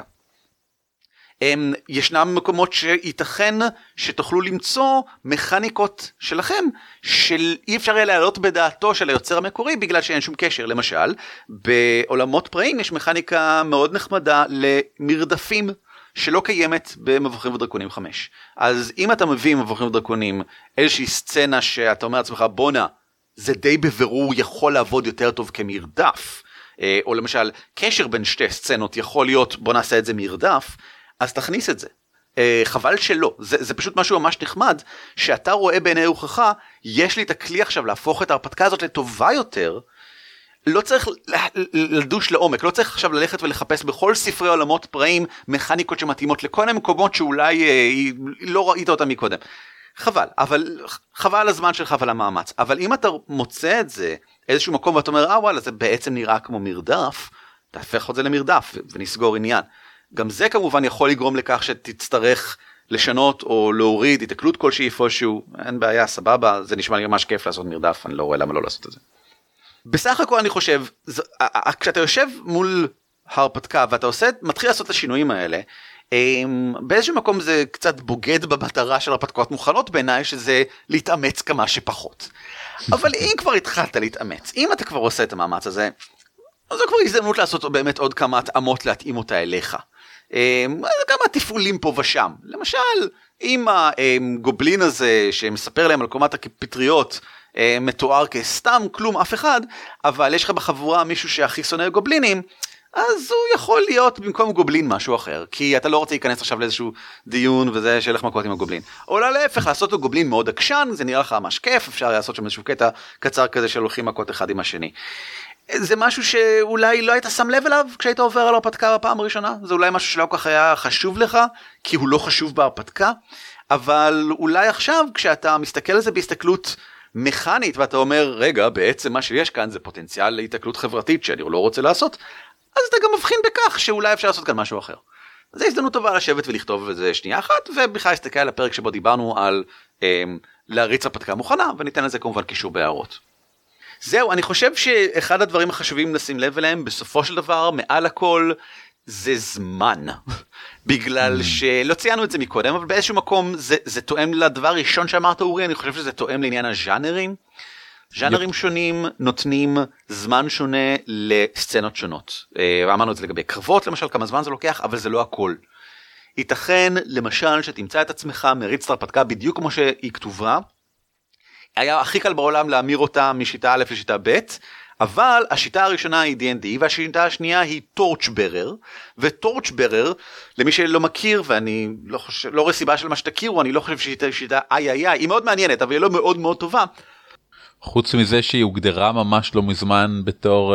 ישנם מקומות שייתכן שתוכלו למצוא מכניקות שלכם של אי אפשר יהיה להעלות בדעתו של היוצר המקורי בגלל שאין שום קשר. למשל, בעולמות פראיים יש מכניקה מאוד נחמדה למרדפים שלא קיימת במבוכים ודרקונים 5. אז אם אתה מביא מבוכים ודרקונים איזושהי סצנה שאתה אומר לעצמך בונה, זה די בבירור יכול לעבוד יותר טוב כמרדף, או למשל קשר בין שתי סצנות יכול להיות בוא נעשה את זה מרדף, אז תכניס את זה. חבל שלא, זה פשוט משהו ממש נחמד, שאתה רואה בעיני הוכחה, יש לי את הכלי עכשיו להפוך את ההרפתקה הזאת לטובה יותר, לא צריך לדוש לעומק, לא צריך עכשיו ללכת ולחפש בכל ספרי עולמות פראים, מכניקות שמתאימות לכל המקומות שאולי לא ראית אותם מקודם. חבל, אבל חבל על הזמן שלך ועל המאמץ, אבל אם אתה מוצא את זה, איזשהו מקום ואתה אומר, וואלה, זה בעצם נראה כמו מרדף, תהפך את זה למרדף ונסגור עניין. גם זה כמובן יכול לגרום לכך שתצטרך לשנות או להוריד התקלות כלשהי איפשהו, אין בעיה, סבבה, זה נשמע לי ממש כיף לעשות מרדף, אני לא רואה למה לא לעשות את זה. בסך הכל אני חושב, כשאתה יושב מול ההרפתקה ואתה מתחיל לעשות את השינויים האלה, באיזשהו מקום זה קצת בוגד במטרה של הרפתקאות מוכנות בעיניי, שזה להתאמץ כמה שפחות. אבל אם כבר התחלת להתאמץ, אם אתה כבר עושה את המאמץ הזה, אז זו כבר הזדמנות לעשות באמת עוד כמה התאמות להתאים אותה אליך. גם התפעולים פה ושם. למשל, אם הגובלין הזה שמספר להם על קומת הפטריות מתואר כסתם כלום אף אחד, אבל יש לך בחבורה מישהו שהכי שונא גובלינים, אז הוא יכול להיות במקום גובלין משהו אחר, כי אתה לא רוצה להיכנס עכשיו לאיזשהו דיון וזה שילך מכות עם הגובלין. או להפך, לעשות לו גובלין מאוד עקשן, זה נראה לך ממש כיף, אפשר לעשות שם איזשהו קטע קצר כזה של הולכים מכות אחד עם השני. זה משהו שאולי לא היית שם לב אליו כשהיית עובר על ההרפתקה בפעם הראשונה, זה אולי משהו שלא כל כך היה חשוב לך, כי הוא לא חשוב בהרפתקה, אבל אולי עכשיו כשאתה מסתכל על זה בהסתכלות מכנית, ואתה אומר, רגע, בעצם מה שיש כאן זה פוטנציאל להתקלות חברתית שאני לא רוצה לעשות, אז אתה גם מבחין בכך שאולי אפשר לעשות כאן משהו אחר. אז זו הזדמנות טובה לשבת ולכתוב את זה שנייה אחת, ובכלל להסתכל על הפרק שבו דיברנו על להריץ הרפתקה מוכנה, וניתן לזה כמובן קישור בהערות. זהו, אני חושב שאחד הדברים החשובים לשים לב אליהם, בסופו של דבר, מעל הכל, זה זמן. בגלל שלא ציינו את זה מקודם, אבל באיזשהו מקום זה תואם לדבר ראשון שאמרת אורי, אני חושב שזה תואם לעניין הז'אנרים. ז'אנרים שונים נותנים זמן שונה לסצנות שונות. אמרנו את זה לגבי קרבות, למשל, כמה זמן זה לוקח, אבל זה לא הכל. ייתכן, למשל, שתמצא את עצמך מריץ את ההרפתקה בדיוק כמו שהיא כתובה, היה הכי קל בעולם להמיר אותה משיטה א' לשיטה ב', אבל השיטה הראשונה היא D&D, והשיטה השנייה היא טורצ'ברר, וטורצ'ברר, למי שלא מכיר, ואני לא רואה סיבה של מה שתכירו, אני לא חושב שהיא שיטה היא מאוד מעניינת, אבל היא לא מאוד מאוד טובה. חוץ מזה שהיא הוגדרה ממש לא מזמן בתור,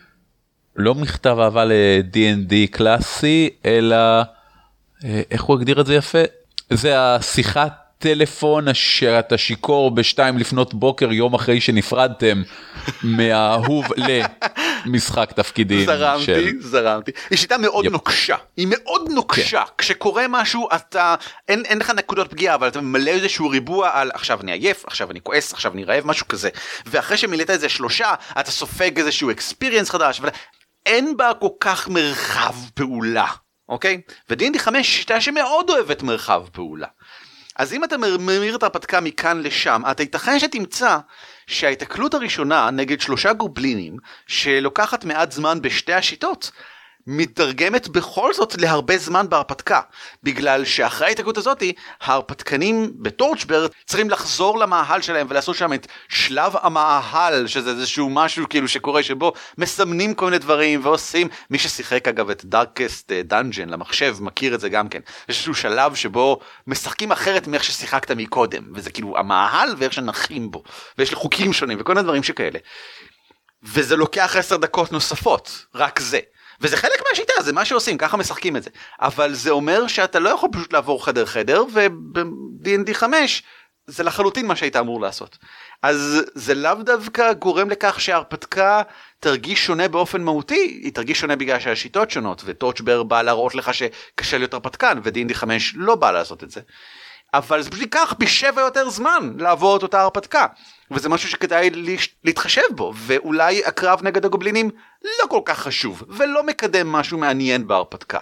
לא מכתב אהבה ל-D&D קלאסי, אלא, איך הוא הגדיר את זה יפה? זה השיחת הטלפון שאתה שיקור בשתיים לפנות בוקר יום אחרי שנפרדתם מהאהוב למשחק תפקידים. זרמתי. היא שיטה מאוד נוקשה, היא מאוד נוקשה. כשקורה משהו אין לך נקודות פגיעה, אבל אתה ממלא איזשהו ריבוע על עכשיו אני עייף, עכשיו אני כועס, עכשיו אני רעב, משהו כזה. ואחרי שמילאת את זה 3, אתה סופג איזשהו experience חדש, אבל אין בה כל כך מרחב פעולה, אוקיי? ו-D&D 5 שיטה שמאוד אוהבת מרחב פעולה. אז אם אתה ממיר את ההרפתקה מכאן לשם, אתה ייתכן שתמצא שההתקלות הראשונה נגד 3 גובלינים, שלוקחת מעט זמן בשתי השיטות, מתרגמת בכל זאת להרבה זמן בהרפתקה, בגלל שאחרי ההתקלות הזאת, ההרפתקנים בטורצ'ברג צריכים לחזור למאהל שלהם ולעשות שם את שלב המאהל, שזה איזשהו משהו כאילו שקורה שבו מסמנים כל מיני דברים ועושים, מי ששיחק אגב את דארקסט דאנג'ן למחשב מכיר את זה גם כן, יש איזשהו שלב שבו משחקים אחרת מאיך ששיחקת מקודם, וזה כאילו המאהל ואיך שנחים בו, ויש לחוקים שונים וכל מיני דברים שכאלה, וזה לוקח 10 דקות נוספות, רק זה. וזה חלק מהשיטה, זה מה שעושים, ככה משחקים את זה. אבל זה אומר שאתה לא יכול פשוט לעבור חדר חדר, וב-D&D 5 זה לחלוטין מה שהיית אמור לעשות. אז זה לאו דווקא גורם לכך שההרפתקה תרגיש שונה באופן מהותי, היא תרגיש שונה בגלל שהשיטות שונות, וטורצ'ברג בא להראות לך שקשה להיות הרפתקן, ו-D&D 5 לא בא לעשות את זה. אבל זה פשוט ייקח ב7 יותר זמן לעבור את אותה הרפתקה. וזה משהו שכדאי להתחשב בו, ואולי הקרב נגד הגובלינים לא כל כך חשוב, ולא מקדם משהו מעניין בהרפתקה.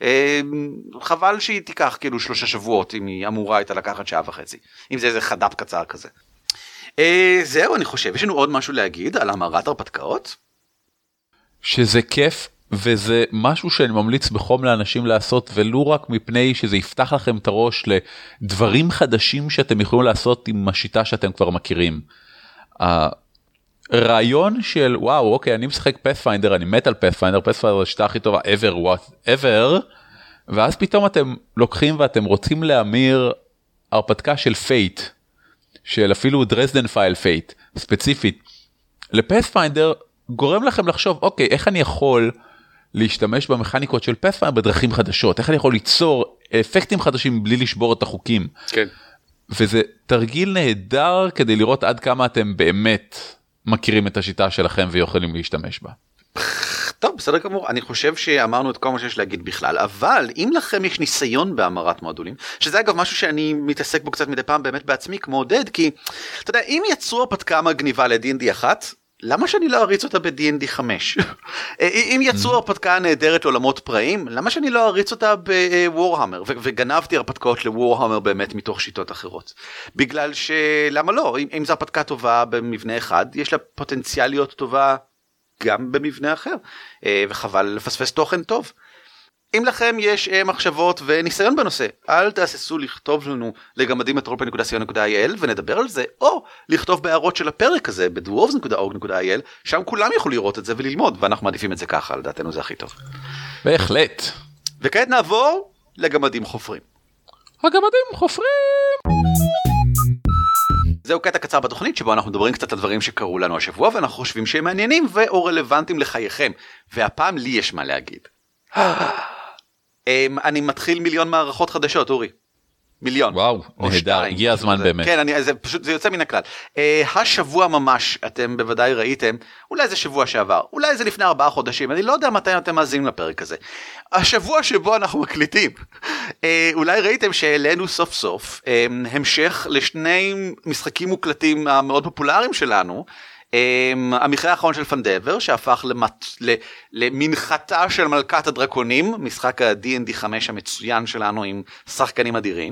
חבל שהיא תיקח כאילו 3 שבועות, אם היא אמורה הייתה לקחת 1.5 שעה, אם זה איזה חדף קצר כזה. זהו, אני חושב, יש לנו עוד משהו להגיד על המרת הרפתקאות? שזה כיף, וזה משהו שאני ממליץ בחום לאנשים לעשות, ולא רק מפני שזה יפתח לכם את הראש לדברים חדשים שאתם יכולים לעשות עם השיטה שאתם כבר מכירים. הרעיון של וואו, אוקיי, אני משחק פאת'פיינדר, אני מת על פאת'פיינדר, פאת'פיינדר זה השיטה הכי טובה ever, whatever, ואז פתאום אתם לוקחים ואתם רוצים להמיר הרפתקה של פייט, של אפילו דרזדן פייל פייט, ספציפית, לפאת'פיינדר גורם לכם לחשוב, אוקיי, איך אני יכול להשתמש במכניקות של פאת'פיינדר בדרכים חדשות, איך אני יכול ליצור אפקטים חדשים בלי לשבור את החוקים. כן. וזה תרגיל נהדר כדי לראות עד כמה אתם באמת מכירים את השיטה שלכם ויכולים להשתמש בה. טוב, בסדר גמור, אני חושב שאמרנו את כל מה שיש להגיד בכלל, אבל אם לכם יש ניסיון בהמרת מועדולים, שזה אגב משהו שאני מתעסק בו קצת מדי פעם באמת בעצמי כמו עודד, כי אתה יודע, אם יצרו הרפתקה מגניבה ל-D&D 1, למה שאני לא אריץ אותה ב-D&D 5? אם יצרו הרפתקה נהדרת לעולמות פראים, למה שאני לא אריץ אותה בוורהמר? וגנבתי הרפתקאות לוורהמר באמת מתוך שיטות אחרות. בגלל למה לא? אם זו הרפתקה טובה במבנה אחד, יש לה פוטנציאל להיות טובה גם במבנה אחר, וחבל לפספס תוכן טוב. אם לכם יש מחשבות וניסיון בנושא, אל תהססו לכתוב לנו לגמדים@roleplay.co.il ונדבר על זה, או לכתוב בהערות של הפרק הזה ב-dwarves.org.il, שם כולם יכולו לראות את זה וללמוד, ואנחנו מעדיפים את זה ככה, לדעתנו זה הכי טוב. בהחלט. וכעת נעבור לגמדים חופרים. הגמדים חופרים! זהו קטע קצר בתוכנית שבו אנחנו מדברים קצת על דברים שקרו לנו השבוע, ואנחנו חושבים שהם מעניינים ואו רלוונטיים לחייכם, והפעם לי יש מה להגיד. אני מתחיל 1,000,000 מערכות חדשות, אורי. 1,000,000. וואו, נהדר, הגיע הזמן באמת. כן, זה יוצא מן הכלל. השבוע ממש, אתם בוודאי ראיתם, אולי זה שבוע שעבר, אולי זה לפני 4 חודשים, אני לא יודע מתי אתם מאזינים לפרק הזה. השבוע שבו אנחנו מקליטים, אולי ראיתם שהעלינו סוף סוף המשך לשני משחקים מוקלטים המאוד פופולריים שלנו, המכרה האחרון של פנדבר שהפך למנחתה של מלכת הדרקונים, משחק ה-D&D 5 המצוין שלנו עם שחקנים אדירים,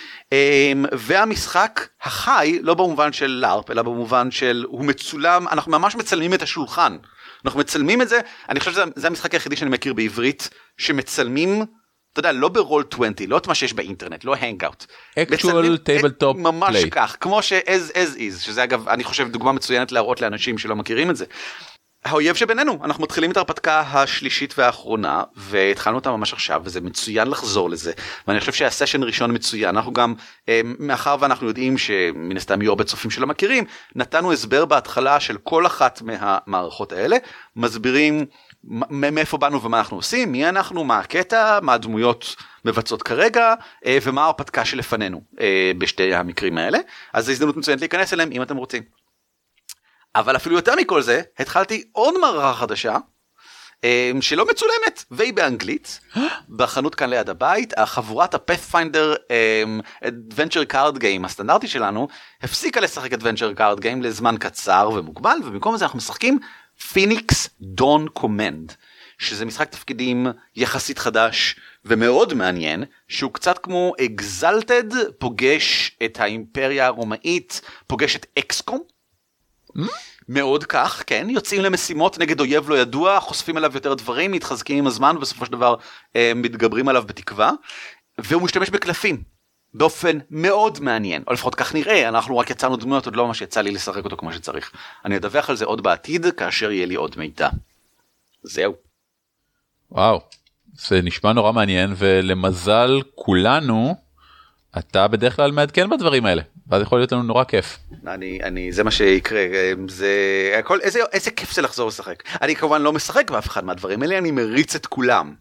והמשחק החי, לא במובן של לארפ אלא במובן של הוא מצולם, אנחנו ממש מצלמים את השולחן, אנחנו מצלמים את זה, אני חושב שזה המשחק היחידי שאני מכיר בעברית שמצלמים, אתה יודע, לא ברול 20, לא את מה שיש באינטרנט, לא הנגאוט. Actual tabletop play. ממש כך, כמו ש-as is, שזה אגב, אני חושב, דוגמה מצוינת להראות לאנשים שלא מכירים את זה. האויב שבינינו, אנחנו מתחילים את ההרפתקה השלישית והאחרונה, והתחלנו אותה ממש עכשיו, וזה מצוין לחזור לזה, ואני חושב שהסשן ראשון מצוין, אנחנו גם, מאחר ואנחנו יודעים שמן הסתם יהיו הרבה צופים שלא מכירים, נתנו הסבר בהתחלה של כל אחת מהמערכות האלה, מסבירים מאיפה באנו ומה אנחנו עושים, מי אנחנו, מה הקטע, מה הדמויות מבצעות כרגע, ומה ההרפתקה שלפנינו בשתי המקרים האלה. אז זו הזדמנות מצוינת להיכנס אליהם אם אתם רוצים. אבל אפילו יותר מכל זה, התחלתי עוד מערכה חדשה, שלא מצולמת, והיא באנגלית, בחנות כאן ליד הבית. החבורת ה-Pathfinder Adventure Card Game הסטנדרטי שלנו, הפסיקה לשחק Adventure Card Game לזמן קצר ומוגבל, ובמקום זה אנחנו משחקים Phoenix Dawn Command, שזה משחק תפקידים יחסית חדש ומאוד מעניין, שהוא קצת כמו Exalted, פוגש את האימפריה הרומאית, פוגש את אקסקום, מאוד כך, כן, יוצאים למשימות נגד אויב לא ידוע, חושפים עליו יותר דברים, מתחזקים עם הזמן, ובסופו של דבר מתגברים עליו בתקווה, והוא משתמש בקלפים, באופן מאוד מעניין, או לפחות כך נראה, אנחנו רק יצאנו דמויות, עוד לא ממש יצא לי לשחק אותו כמו שצריך. אני אדווח על זה עוד בעתיד, כאשר יהיה לי עוד מידע. זהו. וואו, זה נשמע נורא מעניין, ולמזל כולנו, אתה בדרך כלל מעדכן בדברים האלה, ואז יכול להיות לנו נורא כיף. זה מה שיקרה, איזה כיף זה לחזור לשחק. אני כמובן לא משחק באף אחד מהדברים האלה, אני מריץ את כולם.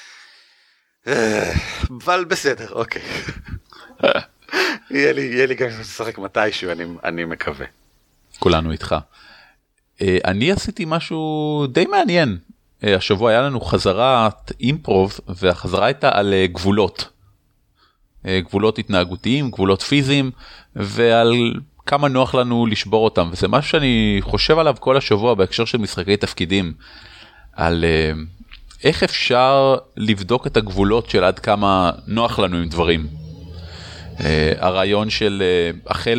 אבל בסדר, אוקיי. יהיה לי גם לשחק מתישהו, אני מקווה. כולנו איתך. אני עשיתי משהו די מעניין. השבוע היה לנו חזרת אימפרוב, והחזרה הייתה על גבולות. גבולות התנהגותיים, גבולות פיזיים, ועל כמה נוח לנו לשבור אותם. וזה משהו שאני חושב עליו כל השבוע בהקשר של משחקי תפקידים, על איך אפשר לבדוק את הגבולות של עד כמה נוח לנו עם דברים. הרעיון של החל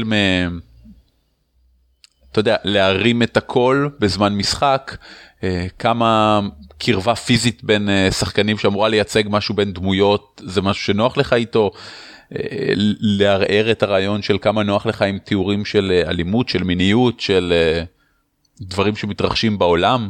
אתה יודע, להרים את הכל בזמן משחק, כמה קרבה פיזית בין שחקנים שאמורה לייצג משהו בין דמויות, זה משהו שנוח לך איתו, לערער את הרעיון של כמה נוח לך עם תיאורים של אלימות, של מיניות, של דברים שמתרחשים בעולם.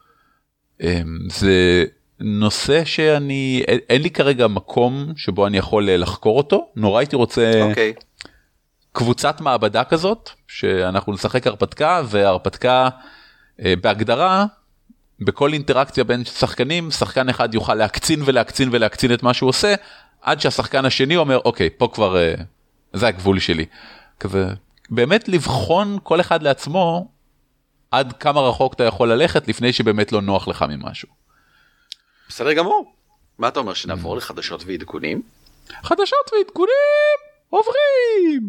זה נושא אין לי כרגע מקום שבו אני יכול לחקור אותו, נורא הייתי רוצה קבוצת מעבדה כזאת, שאנחנו נשחק הרפתקה, והרפתקה בהגדרה, בכל אינטראקציה בין שחקנים, שחקן אחד יוכל להקצין ולהקצין ולהקצין את מה שהוא עושה, עד שהשחקן השני אומר, אוקיי, פה כבר זה הגבול שלי. כזה, באמת לבחון כל אחד לעצמו, עד כמה רחוק אתה יכול ללכת, לפני שבאמת לא נוח לך ממשהו. בסדר גמור. מה אתה אומר, שנעבור לחדשות ועדכונים? חדשות ועדכונים עוברים!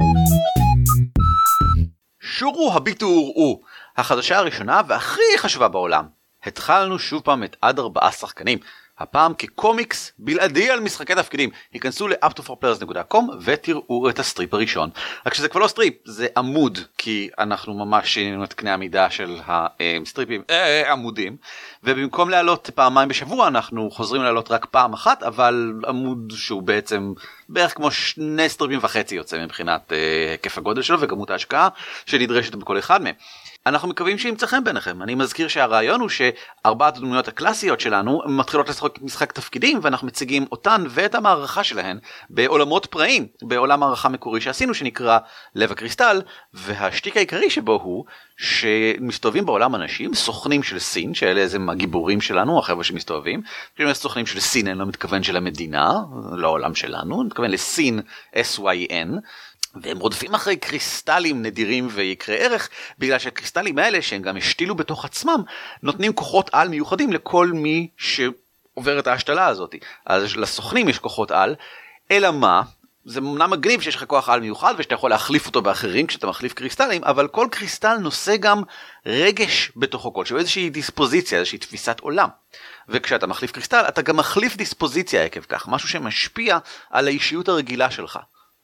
שורו הביטו וראו, החדשה הראשונה והכי חשובה בעולם. התחלנו שוב פעם את עד 4 שחקנים, הפעם כקומיקס בלעדי על משחקי תפקידים. היכנסו ל-up2forplayers.com ותראו את הסטריפ הראשון. רק שזה כבר לא סטריפ, זה עמוד, כי אנחנו ממש שינינו את קנה המידה של הסטריפים, עמודים, ובמקום לעלות פעמיים בשבוע אנחנו חוזרים לעלות רק פעם אחת, אבל עמוד שהוא בעצם בערך כמו 2.5 סטריפים יוצא מבחינת היקף הגודל שלו וכמות ההשקעה שנדרשת בכל אחד מהם. אנחנו מקווים שימצאכם ביניכם. אני מזכיר שהרעיון הוא שארבעת הדמויות הקלאסיות שלנו מתחילות לשחק משחק תפקידים, ואנחנו מציגים אותן ואת המערכה שלהן בעולמות פראיים, בעולם הערכה מקורי שעשינו שנקרא לב הקריסטל, והשתיק העיקרי שבו הוא שמסתובבים בעולם אנשים, סוכנים של סין, שאלה איזה הגיבורים שלנו, החבר'ה שמסתובבים, סוכנים של סין, אני לא מתכוון של המדינה, לא העולם שלנו, אני מתכוון לסין, S-Y-N, והם רודפים אחרי קריסטלים נדירים ויקרי ערך, בגלל שהקריסטלים האלה, שהם גם השתילו בתוך עצמם, נותנים כוחות על מיוחדים לכל מי שעובר את ההשתלה הזאת. אז לסוכנים יש כוחות על, אלא מה? זה אמנם מגניב שיש לך כוח על מיוחד, ושאתה יכול להחליף אותו באחרים כשאתה מחליף קריסטלים, אבל כל קריסטל נושא גם רגש בתוכו כלשהו, איזושהי דיספוזיציה, איזושהי תפיסת עולם. וכשאתה מחליף קריסטל, אתה גם מחליף דיספוזיציה עקב כך, משהו שמשפיע על האישיות הרגילה שלך.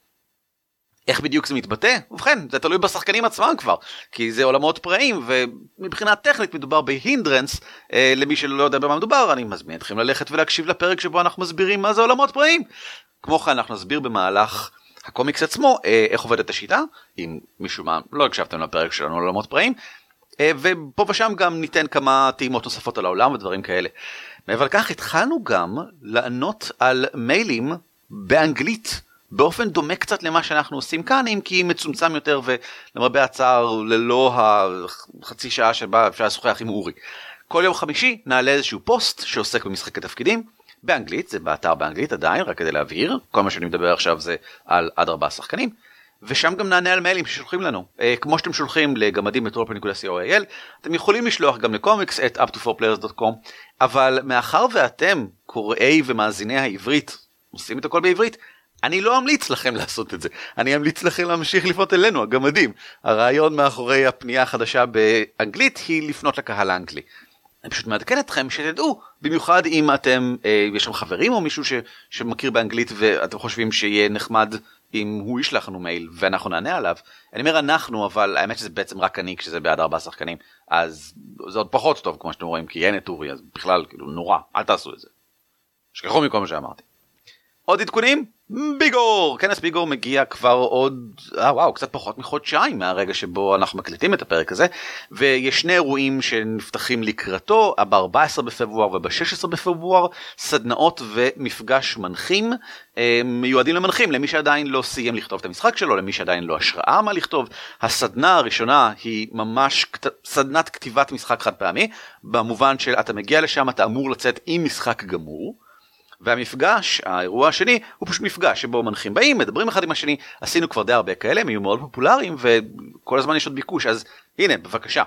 איך בדיוק זה מתבטא? ובכן, זה תלוי בשחקנים עצמם כבר, כי זה עולמות פראיים, ומבחינה טכנית מדובר בהינדרנס, למי שלא יודע במה מדובר, אני מזמין אתכם ללכת ולהקשיב לפרק שבו אנחנו מסבירים מה זה עולמות פראיים. כמו כן, אנחנו נסביר במהלך הקומיקס עצמו, איך עובדת השיטה, אם מישהו מה לא הקשבתם לפרק שלנו על עולמות פראיים, ופה ושם גם ניתן כמה טעימות נוספות על העולם ודברים כאלה. אבל כך התחלנו גם לענות על מיילים באנגלית, באופן דומה קצת למה שאנחנו עושים כאן, אם כי מצומצם יותר ולמרבה הצער ללא החצי שעה שבה אפשר לשוחח עם אורי. כל יום חמישי נעלה איזשהו פוסט שעוסק במשחקי תפקידים, באנגלית, זה באתר באנגלית עדיין, רק כדי להבהיר, כל מה שאני מדבר עכשיו זה על עד 4 שחקנים, ושם גם נענה על מיילים ששולחים לנו. כמו שאתם שולחים לגמדים @roleplay.co.il, אתם יכולים לשלוח גם לקומיקס @up24players.com, אבל מאחר ואתם קוראי ומאזיני העברית, עושים את הכל בעברית, אני לא אמליץ לכם לעשות את זה. אני אמליץ לכם להמשיך לפנות אלינו, הגמדים. הרעיון מאחורי הפנייה החדשה באנגלית היא לפנות לקהל האנגלי. אני פשוט מעדכן אתכם שתדעו, במיוחד אם אתם, יש שם חברים או מישהו שמכיר באנגלית ואתם חושבים שיהיה נחמד אם הוא ישלח לנו מייל ואנחנו נענה עליו. אני אומר אנחנו, אבל האמת שזה בעצם רק אני כשזה בעד 4 שחקנים, אז זה עוד פחות טוב כמו שאתם רואים, כי אין את אורי, אז בכלל כאילו נורא, אל תעשו את זה. שכחו מכל מה שאמרתי. עוד עדכונים? ביגור! כנס ביגור מגיע כבר עוד, קצת פחות מחודשיים מהרגע שבו אנחנו מקליטים את הפרק הזה, ויש 2 אירועים שנפתחים לקראתו, ב-14 בפברואר וב-16 בפברואר, סדנאות ומפגש מנחים, מיועדים למנחים, למי שעדיין לא סיים לכתוב את המשחק שלו, למי שעדיין לא השראה מה לכתוב. הסדנה הראשונה היא ממש סדנת כתיבת משחק חד פעמי, במובן של אתה מגיע לשם, אתה אמור לצאת עם משחק גמור, והמפגש, האירוע השני, הוא פשוט מפגש שבו מנחים באים, מדברים אחד עם השני, עשינו כבר די הרבה כאלה, הם היו מאוד פופולריים, וכל הזמן יש עוד ביקוש, אז הנה, בבקשה.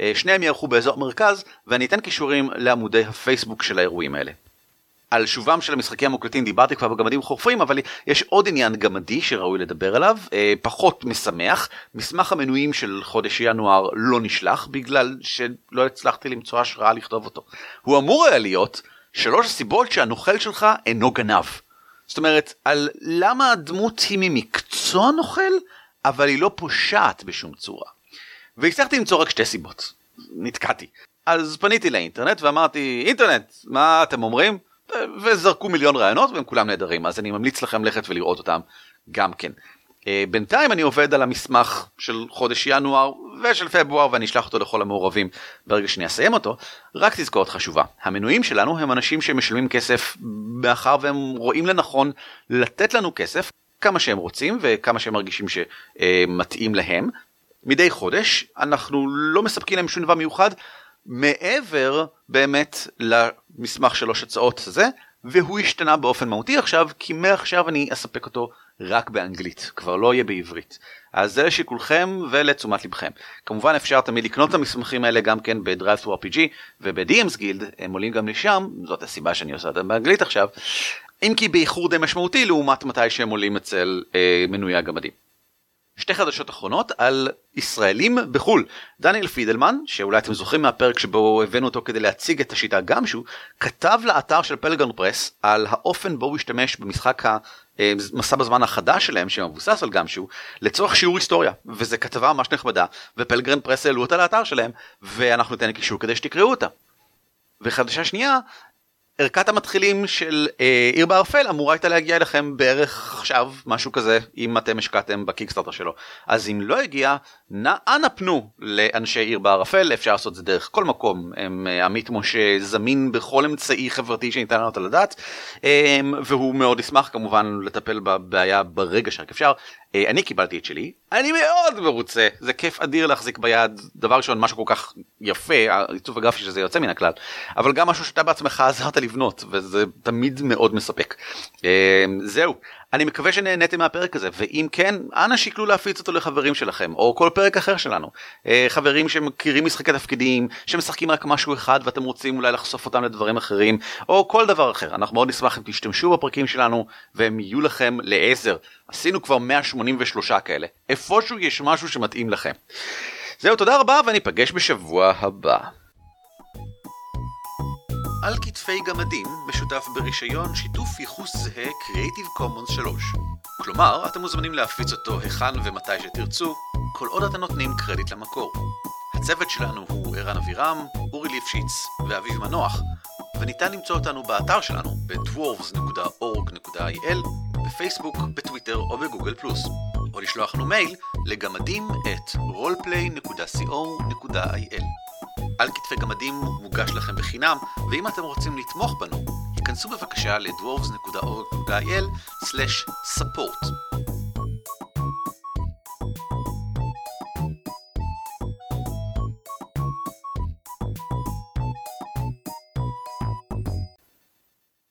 2 יערכו באזור מרכז, ואני אתן קישורים לעמודי הפייסבוק של האירועים האלה. על שובם של המשחקים המוקלטים דיברתי כבר בגמדים חורפים, אבל יש עוד עניין גמדי שראוי לדבר עליו, פחות משמח. מסמך המנויים של חודש ינואר לא נשלח, בגלל שלא הצלחתי למצוא השראה לכתוב אותו. הוא אמור היה להיות 3 הסיבות שהנוכל שלך אינו גנב. זאת אומרת, על למה הדמות היא ממקצוע נוכל, אבל היא לא פושעת בשום צורה. והצלחתי למצוא רק 2 סיבות. נתקעתי. אז פניתי לאינטרנט ואמרתי, אינטרנט, מה אתם אומרים? וזרקו מיליון רעיונות והם כולם נהדרים, אז אני ממליץ לכם ללכת ולראות אותם גם כן. בינתיים אני עובד על המסמך של חודש ינואר ושל פברואר, ואני אשלח אותו לכל המעורבים ברגע שאני אסיים אותו. רק תזכורת חשובה, המנויים שלנו הם אנשים שמשלמים כסף מאחר והם רואים לנכון לתת לנו כסף כמה שהם רוצים וכמה שהם מרגישים שמתאים להם. מדי חודש אנחנו לא מספקים להם שום דבר מיוחד מעבר באמת למסמך 3 הצעות הזה, והוא השתנה באופן מהותי עכשיו, כי מעכשיו אני אספק אותו רק באנגלית, כבר לא יהיה בעברית. אז זה לשיקולכם ולתשומת לבכם. כמובן אפשר תמיד לקנות את המסמכים האלה גם כן ב-Drive to RPG וב-DM's Guild, הם עולים גם לשם, זאת הסיבה שאני עושה אותם באנגלית עכשיו, אם כי באיחור די משמעותי לעומת מתי שהם עולים אצל מנויי הגמדים. 2 חדשות אחרונות על ישראלים בחול. דניאל פידלמן, שאולי אתם זוכרים מהפרק שבו הבאנו אותו כדי להציג את השיטה גמשו, כתב לאתר של פלגרן פרס על האופן בו הוא השתמש במשחק המסע בזמן החדש שלהם, שמבוסס על גמשו, לצורך שיעור היסטוריה. וזה כתבה ממש נחמדה, ופלגרן פרס העלו אותה לאתר שלהם, ואנחנו ניתן קישור כדי שתקראו אותה. וחדשה שנייה, ערכת המתחילים של עיר בערפל אמורה הייתה להגיע אליכם בערך עכשיו, משהו כזה, אם אתם השקעתם בקיקסטארטר שלו. אז אם לא הגיע, אנא פנו לאנשי עיר בערפל, אפשר לעשות זה דרך כל מקום. עמית משה זמין בכל אמצעי חברתי שניתן לנו על הדעת, והוא מאוד ישמח כמובן לטפל בבעיה ברגע שרק אפשר. אני קיבלתי את שלי, אני מאוד מרוצה, זה כיף אדיר להחזיק ביד, דבר ראשון משהו כל כך יפה, העיצוב הגרפי שזה יוצא מן הכלל, אבל גם משהו שאתה בעצמך עזרת לבנות, וזה תמיד מאוד מספק. זהו, אני מקווה שנהניתם מהפרק הזה, ואם כן, אנא שיקלו להפיץ אותו לחברים שלכם, או כל פרק אחר שלנו. חברים שמכירים משחקי תפקידים, שמשחקים רק משהו אחד, ואתם רוצים אולי לחשוף אותם לדברים אחרים, או כל דבר אחר. אנחנו מאוד נשמח אם תשתמשו בפרקים שלנו, והם יהיו לכם לעזר. עשינו כבר 183 כאלה. איפשהו יש משהו שמתאים לכם. זהו, תודה רבה, ואני אפגש בשבוע הבא. על כתפי גמדים משותף ברישיון שיתוף ייחוס זהה Creative Commons 3. כלומר, אתם מוזמנים להפיץ אותו היכן ומתי שתרצו, כל עוד אתם נותנים קרדיט למקור. הצוות שלנו הוא ערן אבירם, אורי ליפשיץ ואביב מנוח, וניתן למצוא אותנו באתר שלנו ב-dwarves.org.il, בפייסבוק, בטוויטר או בגוגל פלוס, או לשלוח לנו מייל לגמדים@roleplay.co.il. על כתפי גמדים מוגש לכם בחינם, ואם אתם רוצים לתמוך בנו, היכנסו בבקשה ל-dwarves.org.il/support.